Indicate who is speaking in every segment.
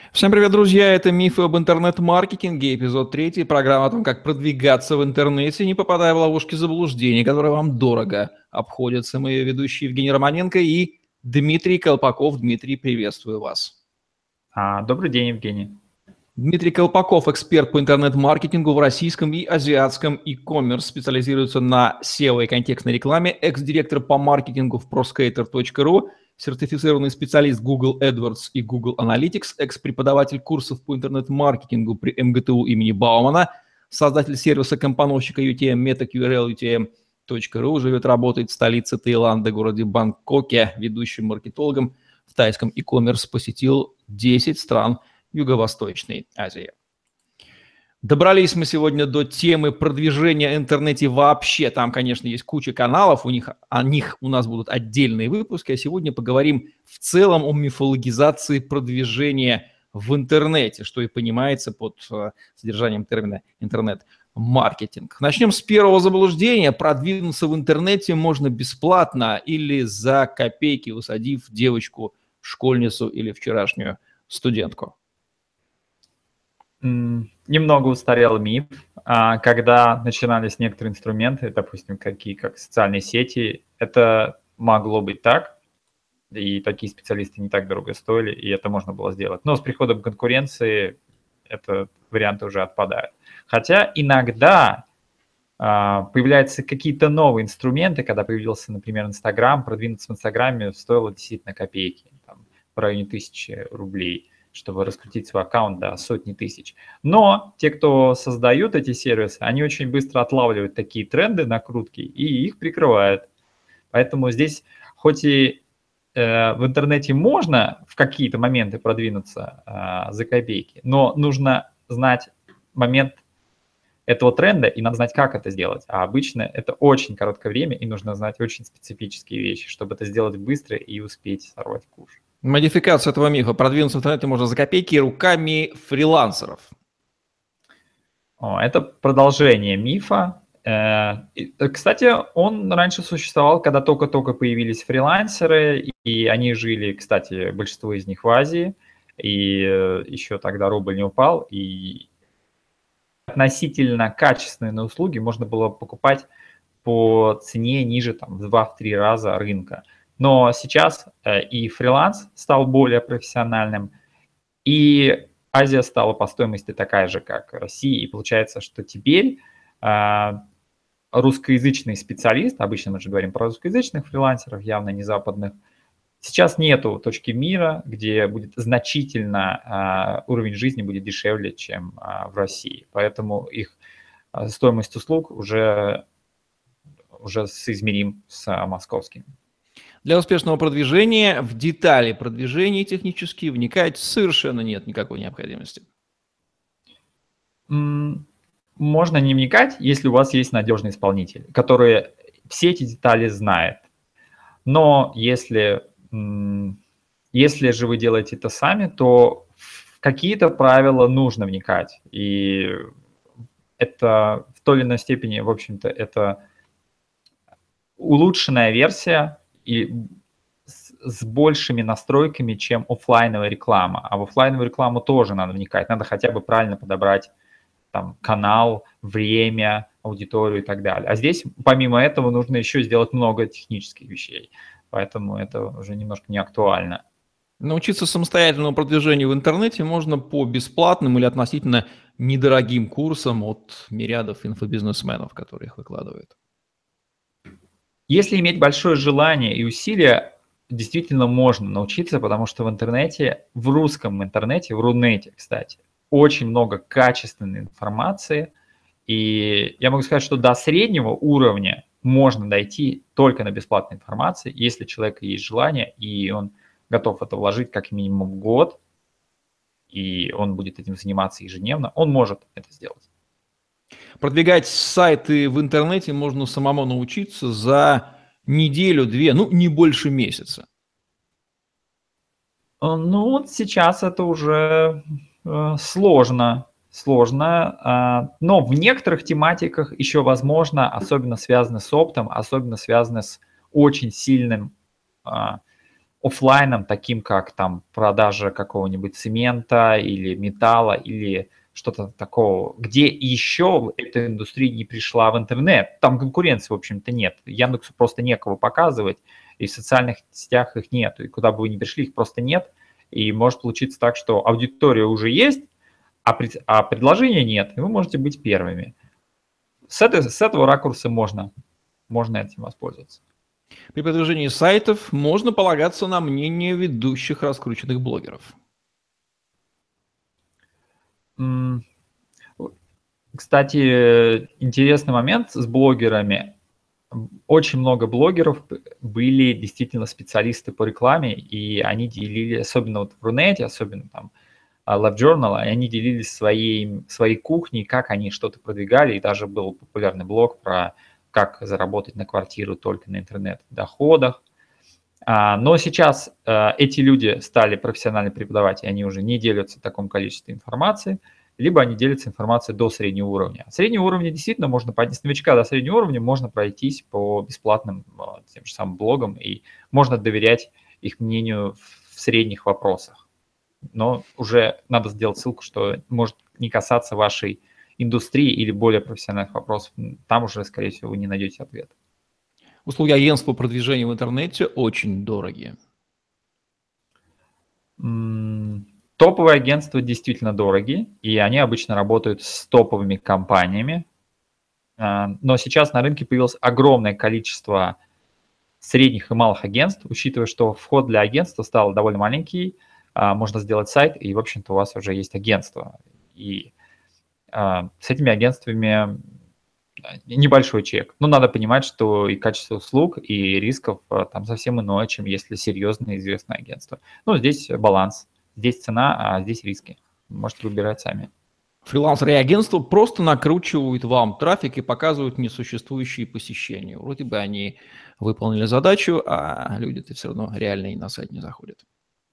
Speaker 1: Всем привет, друзья! Это «Мифы об интернет-маркетинге», эпизод 3, программа о том, как продвигаться в интернете, не попадая в ловушки заблуждений, которые вам дорого обходятся. Мы ведущие Евгений Романенко и Дмитрий Колпаков. Дмитрий, приветствую вас.
Speaker 2: Добрый день, Евгений.
Speaker 1: Дмитрий Колпаков, эксперт по интернет-маркетингу в российском и азиатском e-commerce, специализируется на SEO и контекстной рекламе, экс-директор по маркетингу в proskater.ru, сертифицированный специалист Google AdWords и Google Analytics, экс-преподаватель курсов по интернет-маркетингу при МГТУ имени Баумана, создатель сервиса-компоновщика UTM MetaQRL UTM.ru, живет, работает в столице Таиланда, городе Бангкоке, ведущим маркетологом в тайском e-commerce, посетил 10 стран Юго-Восточной Азии. Добрались мы сегодня до темы продвижения в интернете вообще. Там, конечно, есть куча каналов, о них у нас будут отдельные выпуски, а сегодня поговорим в целом о мифологизации продвижения в интернете, что и понимается под содержанием термина интернет-маркетинг. Начнем с первого заблуждения. Продвинуться в интернете можно бесплатно или за копейки, усадив девочку, школьницу или вчерашнюю студентку.
Speaker 2: Немного устарел миф. Когда начинались некоторые инструменты, допустим, какие как социальные сети, это могло быть так, и такие специалисты не так дорого стоили, и это можно было сделать. Но с приходом конкуренции этот вариант уже отпадает. Хотя иногда появляются какие-то новые инструменты, когда появился, например, Инстаграм, продвинуться в Инстаграме стоило действительно копейки, там, в районе 1000 рублей, чтобы раскрутить свой аккаунт до сотни тысяч. Но те, кто создают эти сервисы, они очень быстро отлавливают такие тренды, накрутки, и их прикрывают. Поэтому здесь, хоть и в интернете можно в какие-то моменты продвинуться за копейки, но нужно знать момент этого тренда, и надо знать, как это сделать. А обычно это очень короткое время, и нужно знать очень специфические вещи, чтобы это сделать быстро и успеть сорвать куш.
Speaker 1: Модификация этого мифа. Продвинуться в интернете можно за копейки руками фрилансеров.
Speaker 2: Это продолжение мифа. Кстати, он раньше существовал, когда только-только появились фрилансеры, и они жили, кстати, большинство из них в Азии, и еще тогда рубль не упал, и относительно качественные услуги можно было покупать по цене ниже там, в 2-3 раза рынка. Но сейчас и фриланс стал более профессиональным, и Азия стала по стоимости такая же, как Россия, и получается, что теперь русскоязычный специалист, обычно мы же говорим про русскоязычных фрилансеров, явно не западных, сейчас нету точки мира, где будет значительно уровень жизни будет дешевле, чем в России. Поэтому их стоимость услуг уже соизмерим с московским.
Speaker 1: Для успешного продвижения в детали продвижения технические вникать совершенно нет никакой необходимости.
Speaker 2: Можно не вникать, если у вас есть надежный исполнитель, который все эти детали знает. Но если же вы делаете это сами, то в какие-то правила нужно вникать. И это в той или иной степени, в общем-то, это улучшенная версия и с большими настройками, чем офлайновая реклама. А в офлайновую рекламу тоже надо вникать. Надо хотя бы правильно подобрать там, канал, время, аудиторию и так далее. А здесь, помимо этого, нужно еще сделать много технических вещей. Поэтому это уже немножко не актуально.
Speaker 1: Научиться самостоятельному продвижению в интернете можно по бесплатным или относительно недорогим курсам от мириадов инфобизнесменов, которые их выкладывают.
Speaker 2: Если иметь большое желание и усилия, действительно можно научиться, потому что в интернете, в русском интернете, в Рунете, кстати, очень много качественной информации. И я могу сказать, что до среднего уровня можно дойти только на бесплатной информации, если у человека есть желание, и он готов это вложить как минимум год, и он будет этим заниматься ежедневно, он может это сделать.
Speaker 1: Продвигать сайты в интернете можно самому научиться за неделю-две, не больше месяца.
Speaker 2: Ну, вот сейчас это уже сложно, но в некоторых тематиках еще возможно, особенно связано с оптом, особенно связано с очень сильным оффлайном, таким как там продажа какого-нибудь цемента или металла или что-то такого, где еще эта индустрия не пришла в интернет. Там конкуренции, в общем-то, нет. Яндексу просто некого показывать, и в социальных сетях их нет. И куда бы вы ни пришли, их просто нет. И может получиться так, что аудитория уже есть, а предложения нет, и вы можете быть первыми. С этого ракурса можно этим воспользоваться.
Speaker 1: При продвижении сайтов можно полагаться на мнение ведущих раскрученных блогеров.
Speaker 2: Кстати, интересный момент с блогерами. Очень много блогеров были действительно специалисты по рекламе, и они делили, особенно вот в Рунете, особенно там LiveJournal, они делились своей кухней, как они что-то продвигали, и даже был популярный блог про как заработать на квартиру только на интернет-доходах. Но сейчас эти люди стали профессионально преподавать, и они уже не делятся в таком количестве информации, либо они делятся информацией до среднего уровня. От среднего уровня действительно можно пойти, с новичка до среднего уровня можно пройтись по бесплатным тем же самым блогам, и можно доверять их мнению в средних вопросах. Но уже надо сделать ссылку, что может не касаться вашей индустрии или более профессиональных вопросов. Там уже, скорее всего, вы не найдете ответ.
Speaker 1: Услуги агентств по продвижению в интернете очень дорогие.
Speaker 2: Топовые агентства действительно дорогие, и они обычно работают с топовыми компаниями. Но сейчас на рынке появилось огромное количество средних и малых агентств, учитывая, что вход для агентства стал довольно маленький, можно сделать сайт, и, в общем-то, у вас уже есть агентство. И с этими агентствами небольшой чек. Но надо понимать, что и качество услуг, и рисков там совсем иное, чем если серьезное известное агентство. Ну, здесь баланс. Здесь цена, а здесь риски. Можете выбирать сами.
Speaker 1: Фрилансеры и агентства просто накручивают вам трафик и показывают несуществующие посещения. Вроде бы они выполнили задачу, а люди-то все равно реально и на сайт не заходят.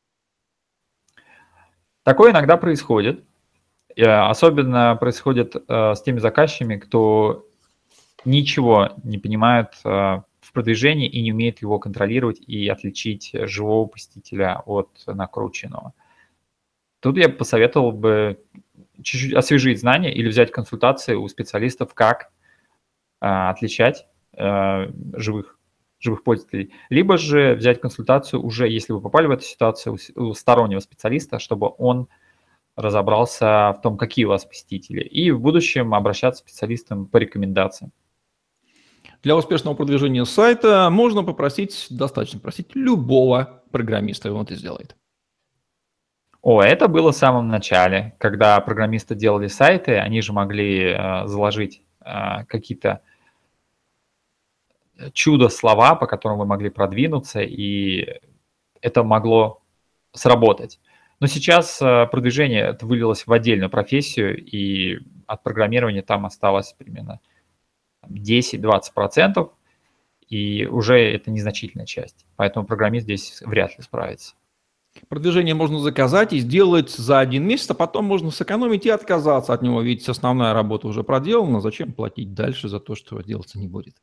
Speaker 2: Такое иногда происходит. Особенно происходит с теми заказчиками, кто ничего не понимает в продвижении и не умеет его контролировать и отличить живого посетителя от накрученного. Тут я посоветовал бы чуть-чуть освежить знания или взять консультации у специалистов, как отличать живых пользователей. Либо же взять консультацию уже, если вы попали в эту ситуацию, у стороннего специалиста, чтобы он разобрался в том, какие у вас посетители, и в будущем обращаться к специалистам по рекомендациям.
Speaker 1: Для успешного продвижения сайта достаточно просить любого программиста, и он это сделает.
Speaker 2: Это было в самом начале, когда программисты делали сайты, они же могли заложить какие-то чудо-слова, по которым вы могли продвинуться, и это могло сработать. Но сейчас продвижение это вылилось в отдельную профессию, и от программирования там осталось примерно 10-20%, и уже это незначительная часть. Поэтому программист здесь вряд ли справится.
Speaker 1: Продвижение можно заказать и сделать за 1 месяц, а потом можно сэкономить и отказаться от него, ведь основная работа уже проделана, зачем платить дальше за то, что делаться не будет?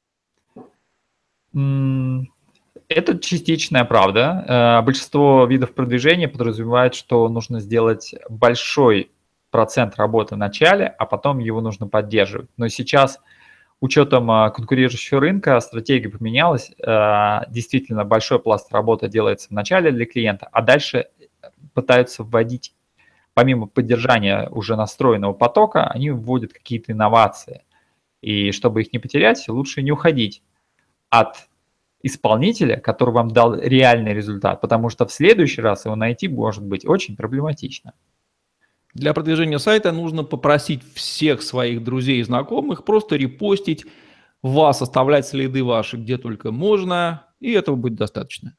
Speaker 2: Это частичная правда. Большинство видов продвижения подразумевает, что нужно сделать большой процент работы в начале, а потом его нужно поддерживать. Но сейчас, учетом конкурирующего рынка, стратегия поменялась. Действительно, большой пласт работы делается в начале для клиента, а дальше пытаются вводить, помимо поддержания уже настроенного потока, они вводят какие-то инновации. И чтобы их не потерять, лучше не уходить от исполнителя, который вам дал реальный результат, потому что в следующий раз его найти может быть очень проблематично.
Speaker 1: Для продвижения сайта нужно попросить всех своих друзей и знакомых просто репостить вас, оставлять следы ваши где только можно, и этого будет достаточно.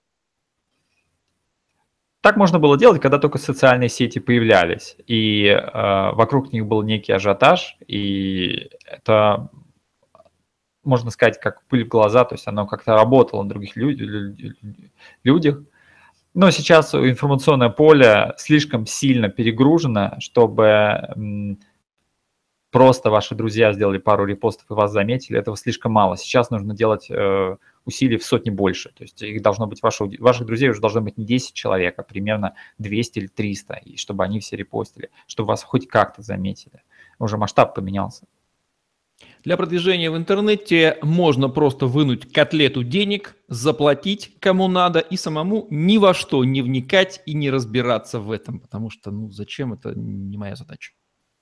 Speaker 2: Так можно было делать, когда только социальные сети появлялись, и вокруг них был некий ажиотаж, и это, можно сказать, как пыль в глаза, то есть оно как-то работало на других людях. Но сейчас информационное поле слишком сильно перегружено, чтобы просто ваши друзья сделали пару репостов и вас заметили, этого слишком мало. Сейчас нужно делать усилий в сотни больше. То есть их должно быть, ваших друзей уже должно быть не 10 человек, а примерно 200 или 300, и чтобы они все репостили, чтобы вас хоть как-то заметили. Уже масштаб поменялся.
Speaker 1: Для продвижения в интернете можно просто вынуть котлету денег, заплатить кому надо и самому ни во что не вникать и не разбираться в этом, потому что, зачем, это не моя задача.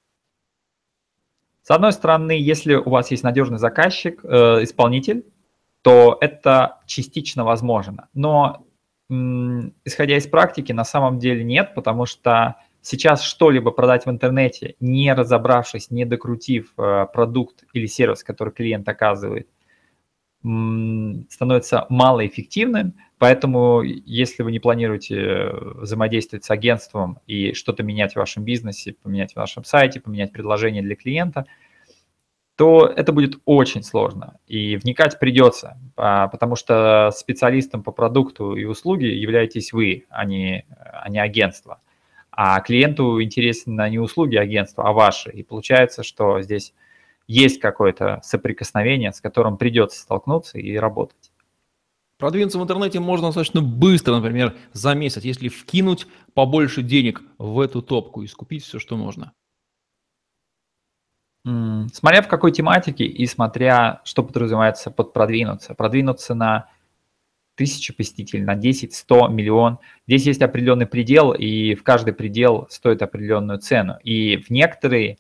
Speaker 2: С одной стороны, если у вас есть надежный заказчик, исполнитель, то это частично возможно. Но, исходя из практики, на самом деле нет, потому что сейчас что-либо продать в интернете, не разобравшись, не докрутив продукт или сервис, который клиент оказывает, становится малоэффективным. Поэтому, если вы не планируете взаимодействовать с агентством и что-то менять в вашем бизнесе, поменять в вашем сайте, поменять предложение для клиента, то это будет очень сложно. И вникать придется, потому что специалистом по продукту и услуге являетесь вы, а не агентство. А клиенту интересны не услуги агентства, а ваши. И получается, что здесь есть какое-то соприкосновение, с которым придется столкнуться и работать.
Speaker 1: Продвинуться в интернете можно достаточно быстро, например, за месяц, если вкинуть побольше денег в эту топку и скупить все, что можно.
Speaker 2: Смотря в какой тематике и смотря, что подразумевается под продвинуться. Продвинуться на 1000 посетителей, на 10, 100, миллион. Здесь есть определенный предел, и в каждый предел стоит определенную цену. И в некоторые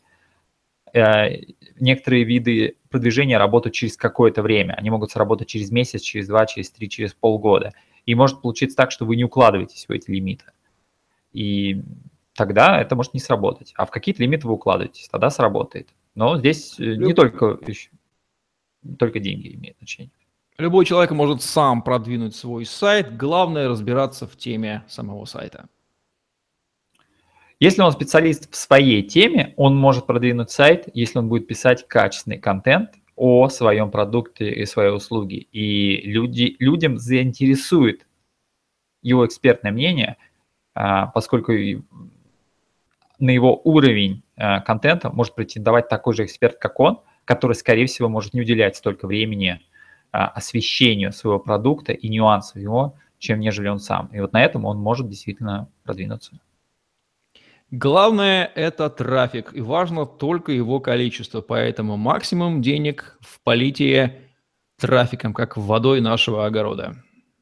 Speaker 2: виды продвижения работают через какое-то время. Они могут сработать через месяц, через 2, через 3, через полгода. И может получиться так, что вы не укладываетесь в эти лимиты. И тогда это может не сработать. А в какие-то лимиты вы укладываетесь, тогда сработает. Но здесь не только деньги имеют значение.
Speaker 1: Любой человек может сам продвинуть свой сайт. Главное разбираться в теме самого сайта.
Speaker 2: Если он специалист в своей теме, он может продвинуть сайт, если он будет писать качественный контент о своем продукте и своей услуге. И людям заинтересует его экспертное мнение, поскольку на его уровень контента может претендовать такой же эксперт, как он, который, скорее всего, может не уделять столько времени освещению своего продукта и нюансов его, чем нежели он сам. И вот на этом он может действительно продвинуться.
Speaker 1: Главное – это трафик, и важно только его количество, поэтому максимум денег в политее трафиком, как водой нашего огорода.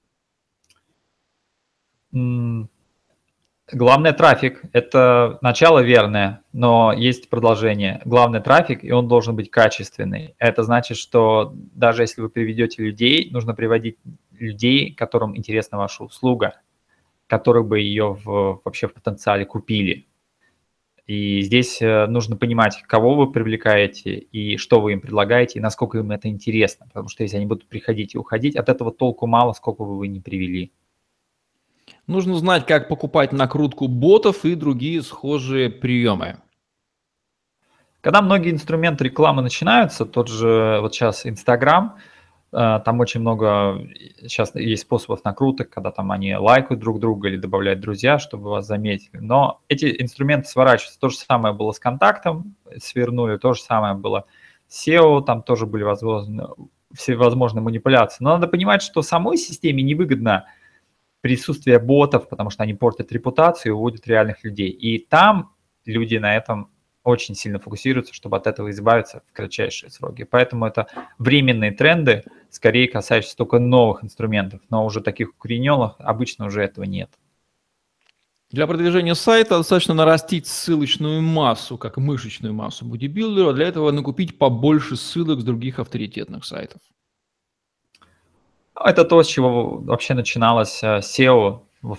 Speaker 2: Главное трафик – это начало верное, но есть продолжение. Главный трафик, и он должен быть качественный. Это значит, что даже если вы приведете людей, нужно приводить людей, которым интересна ваша услуга, которые бы ее вообще в потенциале купили. И здесь нужно понимать, кого вы привлекаете и что вы им предлагаете, и насколько им это интересно. Потому что если они будут приходить и уходить, от этого толку мало, сколько бы вы ни привели.
Speaker 1: Нужно знать, как покупать накрутку ботов и другие схожие приемы.
Speaker 2: Когда многие инструменты рекламы начинаются, тот же вот сейчас Инстаграм, там очень много сейчас есть способов накруток, когда там они лайкают друг друга или добавляют друзья, чтобы вас заметили. Но эти инструменты сворачиваются. То же самое было с контактом, свернули, то же самое было с SEO, там тоже были всевозможные манипуляции. Но надо понимать, что самой системе невыгодно присутствие ботов, потому что они портят репутацию и уводят реальных людей. И там люди на этом очень сильно фокусируются, чтобы от этого избавиться в кратчайшие сроки. Поэтому это временные тренды, скорее касающиеся только новых инструментов, но уже таких укорененных обычно уже этого нет.
Speaker 1: Для продвижения сайта достаточно нарастить ссылочную массу, как мышечную массу бодибилдера, а для этого накупить побольше ссылок с других авторитетных сайтов.
Speaker 2: Это то, с чего вообще начиналось SEO во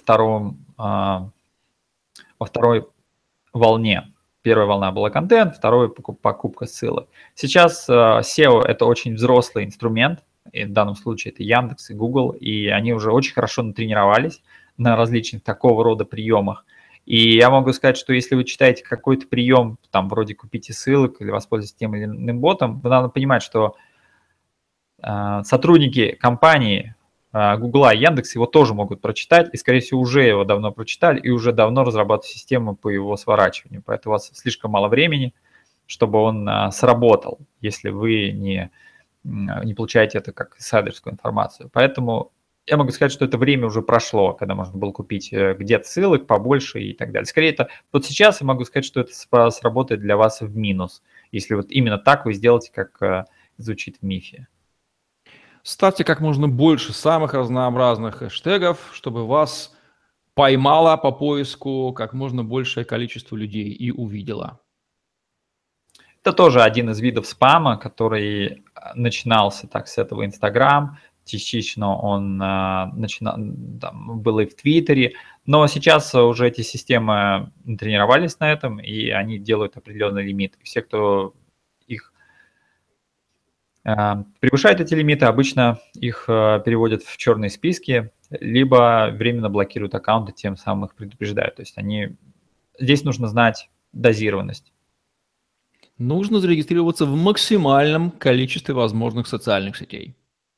Speaker 2: второй волне. Первая волна была контент, вторая покупка ссылок. Сейчас SEO – это очень взрослый инструмент, и в данном случае это Яндекс и Google, и они уже очень хорошо натренировались на различных такого рода приемах. И я могу сказать, что если вы читаете какой-то прием, там вроде купите ссылок или воспользуйтесь тем или иным ботом, вы надо понимать, что сотрудники компании Google и Яндекс его тоже могут прочитать, и, скорее всего, уже его давно прочитали и уже давно разрабатывают систему по его сворачиванию. Поэтому у вас слишком мало времени, чтобы он сработал, если вы не получаете это как инсайдерскую информацию. Поэтому я могу сказать, что это время уже прошло, когда можно было купить где-то ссылок побольше и так далее. Скорее, это вот сейчас я могу сказать, что это сработает для вас в минус, если вот именно так вы сделаете, как звучит в мифе.
Speaker 1: Ставьте как можно больше самых разнообразных хэштегов, чтобы вас поймало по поиску как можно большее количество людей и увидело.
Speaker 2: Это тоже один из видов спама, который начинался так с этого Инстаграм, частично он был и в Твиттере, но сейчас уже эти системы тренировались на этом, и они делают определенный лимит. Все, кто их превышает эти лимиты, обычно их переводят в черные списки, либо временно блокируют аккаунты, тем самым их предупреждают. То есть здесь нужно знать дозированность.
Speaker 1: Нужно зарегистрироваться в максимальном количестве возможных социальных сетей.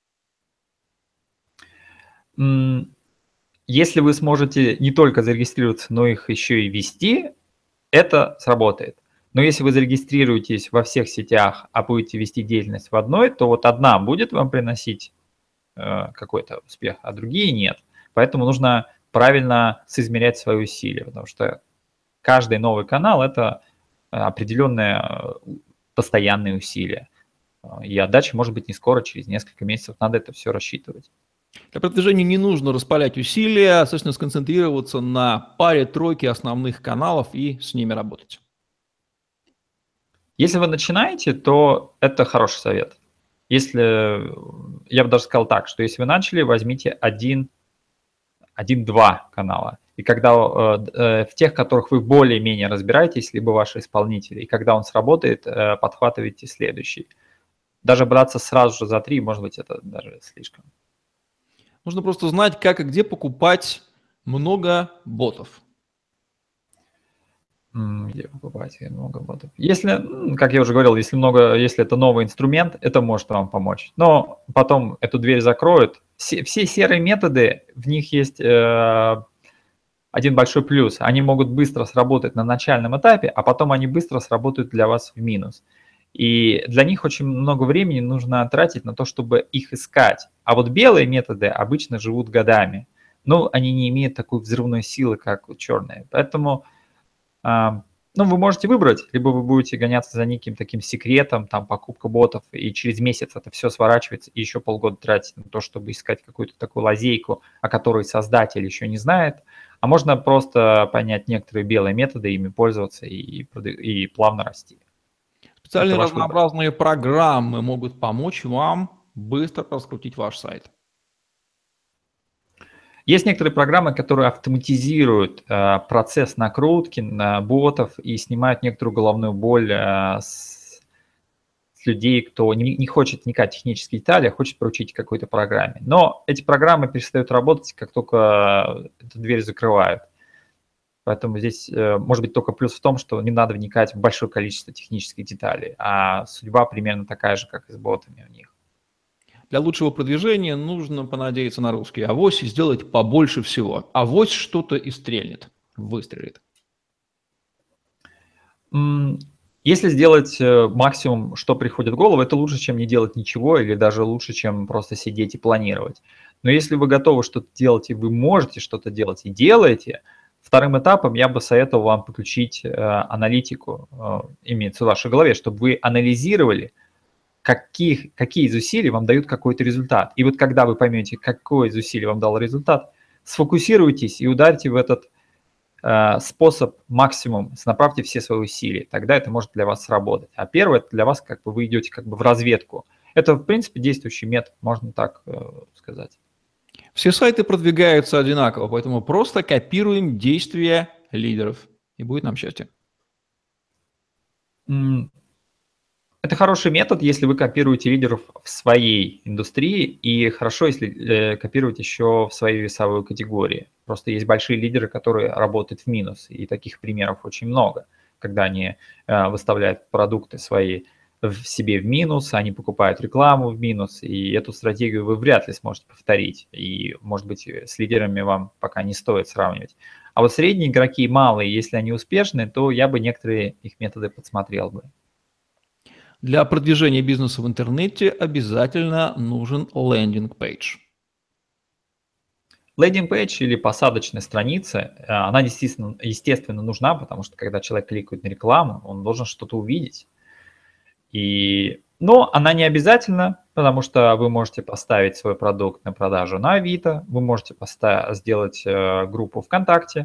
Speaker 2: Если вы сможете не только зарегистрироваться, но их еще и вести, это сработает. Но если вы зарегистрируетесь во всех сетях, а будете вести деятельность в одной, то вот одна будет вам приносить какой-то успех, а другие нет. Поэтому нужно правильно соизмерять свои усилия, потому что каждый новый канал – это определенные постоянные усилия. И отдача может быть не скоро, через несколько месяцев надо это все рассчитывать.
Speaker 1: Для продвижения не нужно распалять усилия, достаточно сконцентрироваться на паре-тройке основных каналов и с ними работать.
Speaker 2: Если вы начинаете, то это хороший совет. Если, я бы даже сказал так, что если вы начали, возьмите один-два канала. И когда в тех, в которых вы более-менее разбираетесь, либо ваши исполнители, и когда он сработает, подхватывайте следующий. Даже браться сразу же за 3, может быть, это даже слишком.
Speaker 1: Нужно просто знать, как и где покупать много ботов.
Speaker 2: Где покупать много ботов? Если, как я уже говорил, если это новый инструмент, это может вам помочь. Но потом эту дверь закроют. Все серые методы, в них есть один большой плюс. Они могут быстро сработать на начальном этапе, а потом они быстро сработают для вас в минус. И для них очень много времени нужно тратить на то, чтобы их искать. А вот белые методы обычно живут годами. Но они не имеют такой взрывной силы, как черные. Поэтому вы можете выбрать, либо вы будете гоняться за неким таким секретом, там покупка ботов, и через месяц это все сворачивается, и еще полгода тратить на то, чтобы искать какую-то такую лазейку, о которой создатель еще не знает. А можно просто понять некоторые белые методы, ими пользоваться и плавно расти.
Speaker 1: Специальные разнообразные программы могут помочь вам быстро раскрутить ваш сайт.
Speaker 2: Есть некоторые программы, которые автоматизируют процесс накрутки на ботов и снимают некоторую головную боль с людей, кто не хочет вникать в технические детали, а хочет поручить какой-то программе. Но эти программы перестают работать, как только эту дверь закрывают. Поэтому здесь может быть только плюс в том, что не надо вникать в большое количество технических деталей, а судьба примерно такая же, как и с ботами у них.
Speaker 1: Для лучшего продвижения нужно понадеяться на русский авось и сделать побольше всего. Авось что-то и стрельнет, выстрелит.
Speaker 2: Если сделать максимум, что приходит в голову, это лучше, чем не делать ничего, или даже лучше, чем просто сидеть и планировать. Но если вы готовы что-то делать, и вы можете что-то делать и делаете, вторым этапом я бы советовал вам подключить аналитику, имеется в вашей голове, чтобы вы анализировали, какие из усилий вам дают какой-то результат. И вот когда вы поймете, какой из усилий вам дал результат, сфокусируйтесь и ударьте в этот способ максимум, направьте все свои усилия. Тогда это может для вас сработать. А первое, это для вас вы идете в разведку. Это, в принципе, действующий метод, можно так сказать.
Speaker 1: Все сайты продвигаются одинаково, поэтому просто копируем действия лидеров, и будет нам счастье.
Speaker 2: Это хороший метод, если вы копируете лидеров в своей индустрии, и хорошо, если копировать еще в своей весовой категории. Просто есть большие лидеры, которые работают в минус, и таких примеров очень много, когда они выставляют продукты свои в себе в минус, они покупают рекламу в минус, и эту стратегию вы вряд ли сможете повторить, и, может быть, с лидерами вам пока не стоит сравнивать. А вот средние игроки, малые, если они успешны, то я бы некоторые их методы подсмотрел бы.
Speaker 1: Для продвижения бизнеса в интернете обязательно нужен лендинг-пейдж.
Speaker 2: Лендинг-пейдж или посадочная страница, она естественно нужна, потому что когда человек кликает на рекламу, он должен что-то увидеть. Но она не обязательна, потому что вы можете поставить свой продукт на продажу на Авито, вы можете сделать группу ВКонтакте,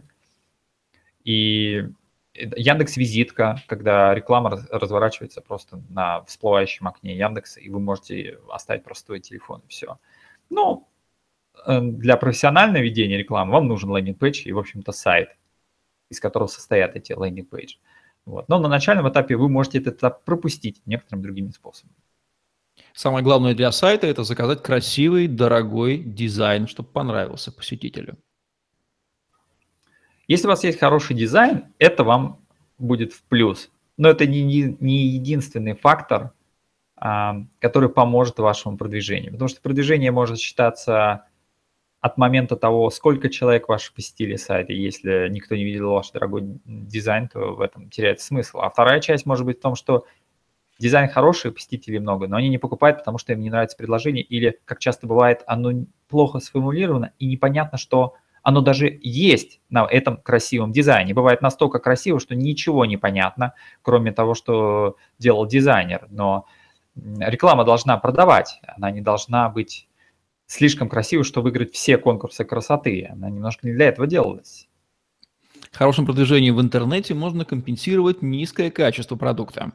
Speaker 2: и Яндекс.Визитка, когда реклама разворачивается просто на всплывающем окне Яндекса, и вы можете оставить просто свой телефон, и все. Ну, для профессионального ведения рекламы вам нужен лендинг-пейдж и, в общем-то, сайт, из которого состоят эти лендинг-пейджи. Вот. Но на начальном этапе вы можете этот этап пропустить некоторыми другими способами.
Speaker 1: Самое главное для сайта – это заказать красивый, дорогой дизайн, чтобы понравился посетителю.
Speaker 2: Если у вас есть хороший дизайн, это вам будет в плюс. Но это не единственный фактор, который поможет вашему продвижению. Потому что продвижение может считаться от момента того, сколько человек ваши посетили сайт, и если никто не видел ваш дорогой дизайн, то в этом теряется смысл. А вторая часть может быть в том, что дизайн хороший, посетителей много, но они не покупают, потому что им не нравится предложение, или, как часто бывает, оно плохо сформулировано, и непонятно, что оно даже есть на этом красивом дизайне. Бывает настолько красиво, что ничего не понятно, кроме того, что делал дизайнер. Но реклама должна продавать, она не должна быть слишком красивой, чтобы выиграть все конкурсы красоты. Она немножко не для этого делалась.
Speaker 1: Хорошим продвижением в интернете можно компенсировать низкое качество продукта.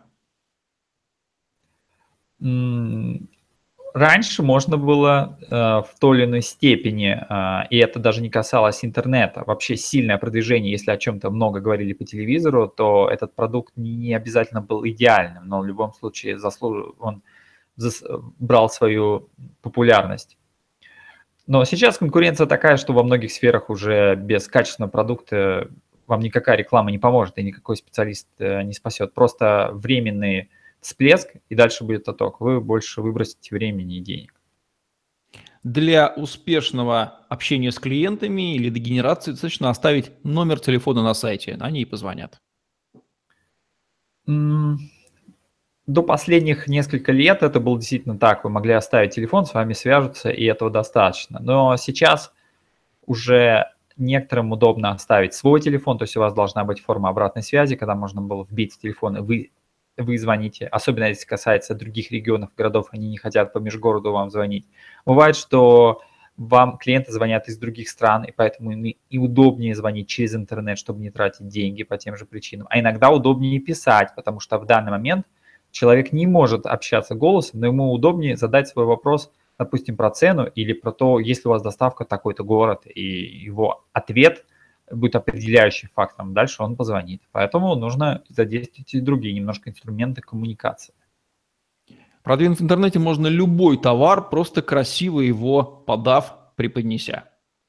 Speaker 2: Раньше можно было в той или иной степени, и это даже не касалось интернета, вообще сильное продвижение, если о чем-то много говорили по телевизору, то этот продукт не обязательно был идеальным, но в любом случае он брал свою популярность. Но сейчас конкуренция такая, что во многих сферах уже без качественного продукта вам никакая реклама не поможет, и никакой специалист не спасет. Просто временный всплеск, и дальше будет отток. Вы больше выбросите времени и денег.
Speaker 1: Для успешного общения с клиентами или дегенерации достаточно оставить номер телефона на сайте, они и позвонят.
Speaker 2: До последних нескольких лет это было действительно так. Вы могли оставить телефон, с вами свяжутся, и этого достаточно. Но сейчас уже некоторым удобно оставить свой телефон, то есть у вас должна быть форма обратной связи, когда можно было вбить в телефон, и вы звоните. Особенно если касается других регионов, городов, они не хотят по межгороду вам звонить. Бывает, что вам клиенты звонят из других стран, и поэтому им и удобнее звонить через интернет, чтобы не тратить деньги по тем же причинам. А иногда удобнее писать, потому что в данный момент человек не может общаться голосом, но ему удобнее задать свой вопрос, допустим, про цену или про то, есть ли у вас доставка в такой-то город, и его ответ будет определяющим фактором. Дальше он позвонит. Поэтому нужно задействовать и другие немножко инструменты коммуникации.
Speaker 1: Продвинуть в интернете можно любой товар, просто красиво его подав, преподнеся.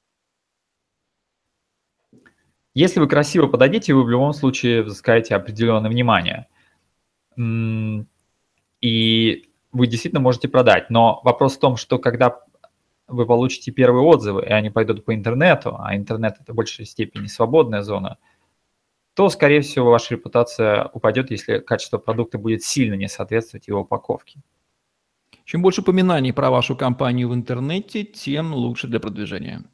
Speaker 2: Если вы красиво подадите, вы в любом случае взыскаете определенное внимание. И вы действительно можете продать. Но вопрос в том, что когда вы получите первые отзывы, и они пойдут по интернету, а интернет – это в большей степени свободная зона, то, скорее всего, ваша репутация упадет, если качество продукта будет сильно не соответствовать его упаковке.
Speaker 1: Чем больше упоминаний про вашу компанию в интернете, тем лучше для продвижения.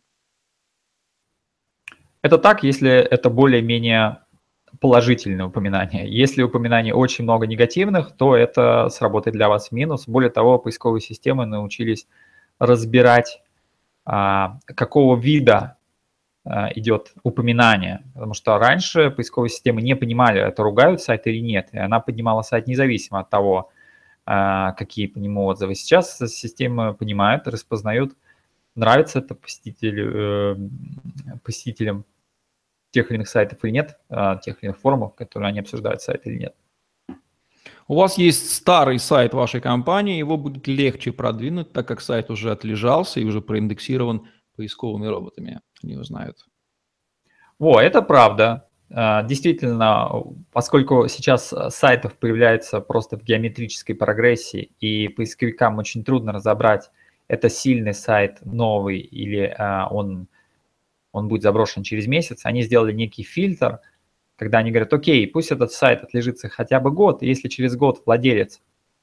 Speaker 2: Это так, если это более-менее положительные упоминания. Если упоминаний очень много негативных, то это сработает для вас в минус. Более того, поисковые системы научились разбирать, какого вида идет упоминание, потому что раньше поисковые системы не понимали, это ругают сайт или нет, и она поднимала сайт независимо от того, какие по нему отзывы. Сейчас системы понимают, распознают, нравится это посетителям тех или иных сайтов или нет, тех или иных форумов, которые они обсуждают, сайт или нет.
Speaker 1: У вас есть старый сайт вашей компании, его будет легче продвинуть, так как сайт уже отлежался и уже проиндексирован поисковыми роботами. Они его знают.
Speaker 2: Это правда. Действительно, поскольку сейчас сайтов появляется просто в геометрической прогрессии, и поисковикам очень трудно разобрать, это сильный сайт, новый, или он будет заброшен через месяц, они сделали некий фильтр, когда они говорят, окей, пусть этот сайт отлежится хотя бы год, и если через год владелец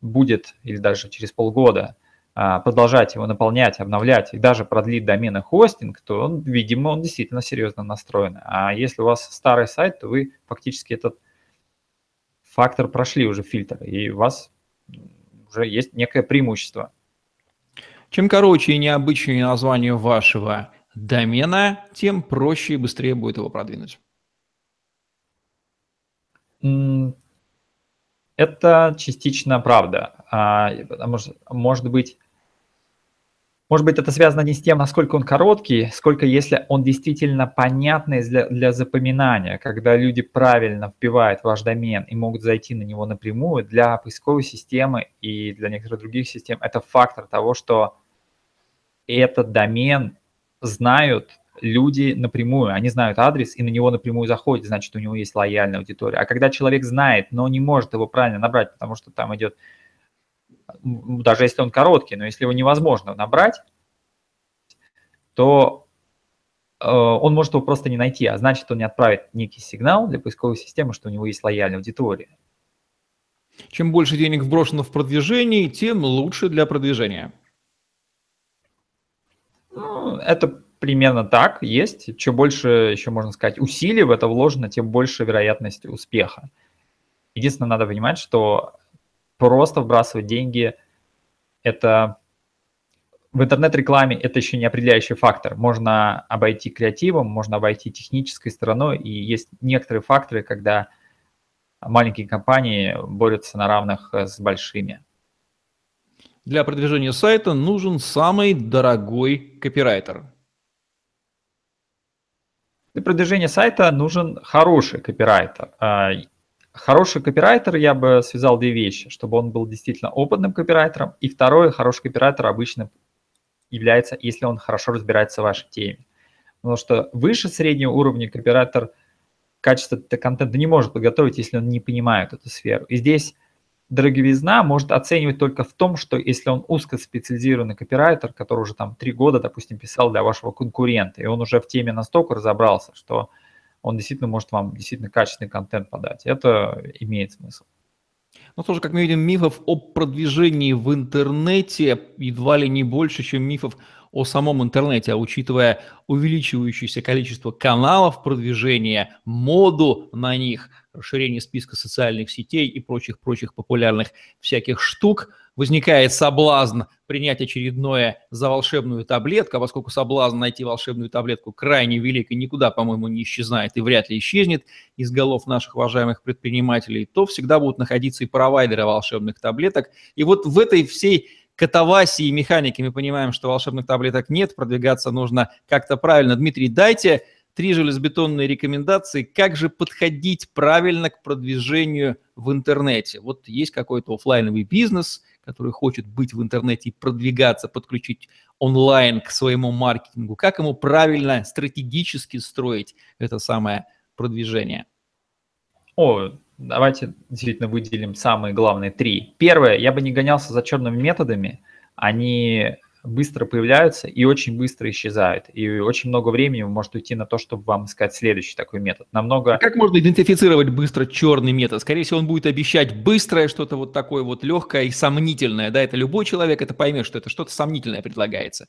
Speaker 2: будет, или даже через полгода, продолжать его наполнять, обновлять и даже продлить доменный хостинг, то, видимо, он действительно серьезно настроен. А если у вас старый сайт, то вы фактически этот фактор прошли уже фильтр, и у вас уже есть некое преимущество.
Speaker 1: Чем короче и необычнее название вашего домена, тем проще и быстрее будет его продвинуть.
Speaker 2: Это частично правда. Может быть, это связано не с тем, насколько он короткий, сколько если он действительно понятный для запоминания, когда люди правильно вбивают ваш домен и могут зайти на него напрямую. Для поисковой системы и для некоторых других систем это фактор того, что этот домен знают люди напрямую, они знают адрес и на него напрямую заходят, значит, у него есть лояльная аудитория. А когда человек знает, но не может его правильно набрать, потому что там идет, даже если он короткий, но если его невозможно набрать, то он может его просто не найти, а значит, он не отправит некий сигнал для поисковой системы, что у него есть лояльная аудитория.
Speaker 1: Чем больше денег вброшено в продвижение, тем лучше для продвижения.
Speaker 2: Это примерно так, есть. Чем больше, еще можно сказать, усилий в это вложено, тем больше вероятность успеха. Единственное, надо понимать, что просто вбрасывать деньги – это в интернет-рекламе это еще не определяющий фактор. Можно обойти креативом, можно обойти технической стороной, и есть некоторые факторы, когда маленькие компании борются на равных с большими.
Speaker 1: Для продвижения сайта нужен самый дорогой копирайтер.
Speaker 2: Для продвижения сайта нужен хороший копирайтер. Хороший копирайтер, я бы связал две вещи, чтобы он был действительно опытным копирайтером. И второе, хороший копирайтер обычно является, если он хорошо разбирается в вашей теме. Потому что выше среднего уровня копирайтер качество контента не может подготовить, если он не понимает эту сферу. И здесь дороговизна может оценивать только в том, что если он узкоспециализированный копирайтер, который уже там 3 года, допустим, писал для вашего конкурента, и он уже в теме настолько разобрался, что он действительно может вам действительно качественный контент подать. Это имеет смысл.
Speaker 1: Но тоже, как мы видим, мифов о продвижении в интернете едва ли не больше, чем мифов о самом интернете. А учитывая увеличивающееся количество каналов продвижения, моду на них, расширение списка социальных сетей и прочих популярных всяких штук, возникает соблазн принять очередное за волшебную таблетку, а поскольку соблазн найти волшебную таблетку крайне велик и никуда, по-моему, не исчезает и вряд ли исчезнет из голов наших уважаемых предпринимателей, то всегда будут находиться и провайдеры волшебных таблеток. И вот в этой всей катавасии и механике мы понимаем, что волшебных таблеток нет, продвигаться нужно как-то правильно. Дмитрий, дайте 3 железобетонные рекомендации, как же подходить правильно к продвижению в интернете. Вот есть какой-то офлайновый бизнес, который хочет быть в интернете и продвигаться, подключить онлайн к своему маркетингу. Как ему правильно стратегически строить это самое продвижение?
Speaker 2: Давайте действительно выделим самые главные 3. Первое, я бы не гонялся за черными методами. Они быстро появляются и очень быстро исчезают. И очень много времени может уйти на то, чтобы вам искать следующий такой метод.
Speaker 1: Как можно идентифицировать быстро черный метод? Скорее всего, он будет обещать быстрое, что-то вот такое вот легкое и сомнительное. Да, это любой человек это поймет, что это что-то сомнительное предлагается.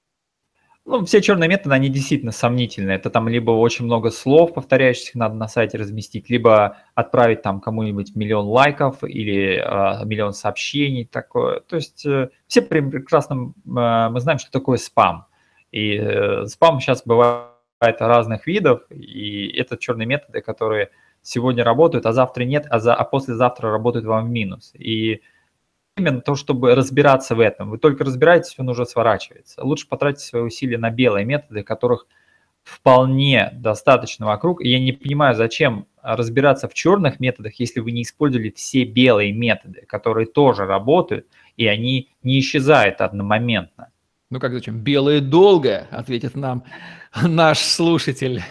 Speaker 2: Все черные методы, они действительно сомнительные. Это там либо очень много слов, повторяющихся, надо на сайте разместить, либо отправить там кому-нибудь 1 миллион лайков или 1 миллион сообщений. Такое. То есть все прекрасно мы знаем, что такое спам. И спам сейчас бывает разных видов, и это черные методы, которые сегодня работают, а завтра нет, а послезавтра работают вам в минус. И именно то, чтобы разбираться в этом. Вы только разбираетесь, он уже сворачивается. Лучше потратить свои усилия на белые методы, которых вполне достаточно вокруг. И я не понимаю, зачем разбираться в черных методах, если вы не использовали все белые методы, которые тоже работают, и они не исчезают одномоментно.
Speaker 1: Ну как зачем? Белые долго, ответит нам наш слушатель.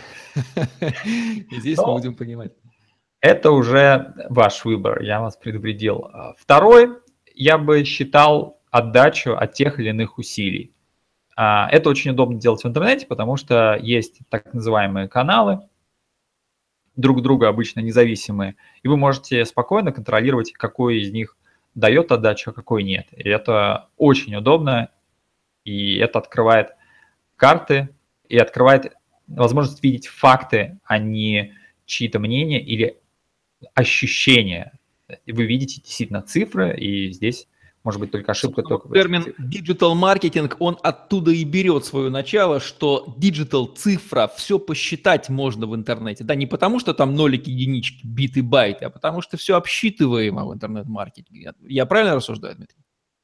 Speaker 1: Здесь мы будем понимать.
Speaker 2: Это уже ваш выбор, я вас предупредил. Второй, я бы считал отдачу от тех или иных усилий. Это очень удобно делать в интернете, потому что есть так называемые каналы, друг друга обычно независимые, и вы можете спокойно контролировать, какой из них дает отдачу, а какой нет. И это очень удобно, и это открывает карты и открывает возможность видеть факты, а не чьи-то мнения или ощущения. И вы видите действительно цифры, и здесь может быть только ошибка только в этих
Speaker 1: Термин
Speaker 2: цифрах.
Speaker 1: digital маркетинг, он оттуда и берет свое начало, что digital цифра, все посчитать можно в интернете. Да, не потому что там нолики, единички, биты, байты, а потому что все обсчитываемо в интернет-маркетинге. Я правильно рассуждаю, Дмитрий?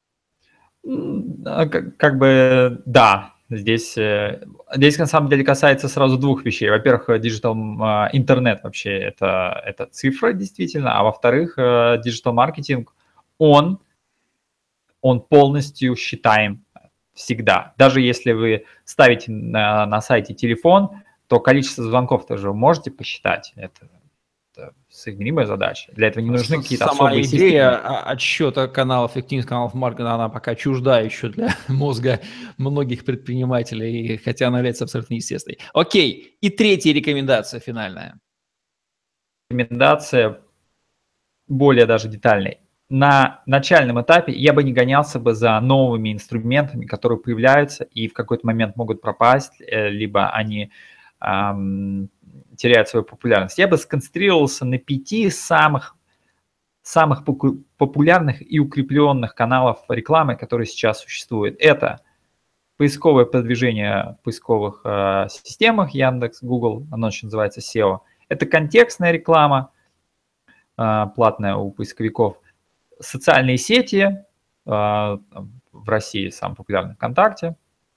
Speaker 2: Как бы да, здесь на самом деле касается сразу двух вещей. Во-первых, интернет вообще это цифра действительно, а во-вторых, диджитал-маркетинг, он полностью считаем всегда. Даже если вы ставите на сайте телефон, то количество звонков тоже вы можете посчитать. Это соизмеримая задача. Для этого не нужны какие-то
Speaker 1: Сама
Speaker 2: особые
Speaker 1: идея
Speaker 2: системы.
Speaker 1: отсчета каналов, эффективных каналов маркетинга, она пока чужда еще для мозга многих предпринимателей, хотя она является абсолютно естественной. Окей, и третья рекомендация финальная.
Speaker 2: Рекомендация более даже детальной. На начальном этапе я бы не гонялся бы за новыми инструментами, которые появляются и в какой-то момент могут пропасть, либо они теряют свою популярность. Я бы сконцентрировался на 5 самых популярных и укрепленных каналов рекламы, которые сейчас существуют. Это поисковое продвижение в поисковых системах Яндекс, Google, оно еще называется SEO. Это контекстная реклама, платная у поисковиков. Социальные сети, в России самый популярный ВКонтакте.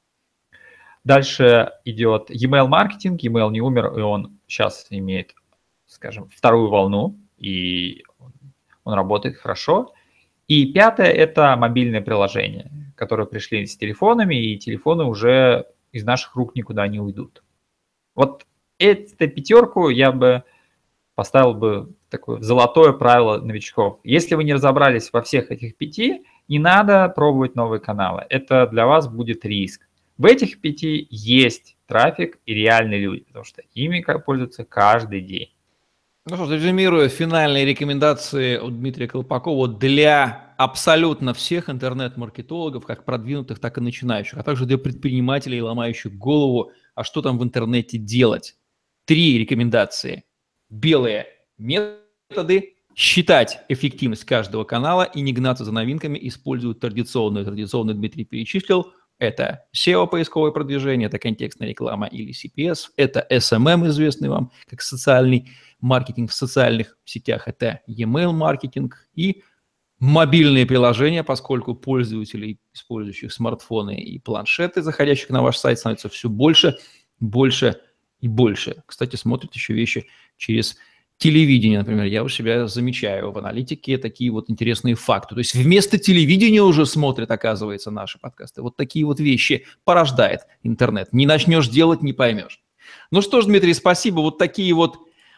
Speaker 2: Дальше идет e-mail маркетинг. E-mail не умер, и он сейчас имеет, скажем, вторую волну, и он работает хорошо. И пятое – это мобильные приложения, которые пришли с телефонами, и телефоны уже из наших рук никуда не уйдут. Вот эту пятерку я бы поставил бы такое золотое правило новичков. Если вы не разобрались во всех этих 5, не надо пробовать новые каналы. Это для вас будет риск. В этих 5 есть трафик и реальные люди, потому что ими пользуются каждый день.
Speaker 1: Ну что ж, резюмируя, финальные рекомендации от Дмитрия Колпакова для абсолютно всех интернет-маркетологов, как продвинутых, так и начинающих, а также для предпринимателей, ломающих голову, а что там в интернете делать. 3 рекомендации. Белые методы, считать эффективность каждого канала и не гнаться за новинками, используют традиционные Дмитрий перечислил. Это SEO, поисковое продвижение, это контекстная реклама или CPS, это SMM, известный вам как социальный маркетинг в социальных сетях, это e-mail маркетинг и мобильные приложения, поскольку пользователей, использующих смартфоны и планшеты, заходящих на ваш сайт, становится все больше, больше и больше. Кстати, смотрят еще вещи через телевидение, например. Я у себя замечаю в аналитике такие вот интересные факты. То есть вместо телевидения уже смотрят, оказывается, наши подкасты. Вот такие вот вещи порождает интернет. Не начнешь делать, не поймешь. Ну что ж, Дмитрий, спасибо. Вот такие вот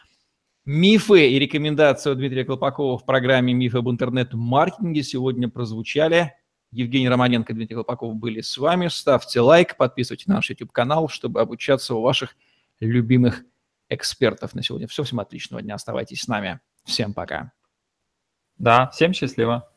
Speaker 1: мифы и рекомендации от Дмитрия Колпакова в программе «Мифы об интернет-маркетинге» сегодня прозвучали. Евгений Романенко и Дмитрий Колпаков были с вами. Ставьте лайк, подписывайтесь на наш YouTube-канал, чтобы обучаться у ваших любимых экспертов. На сегодня все. Всем отличного дня. Оставайтесь с нами. Всем пока.
Speaker 2: Да, всем счастливо.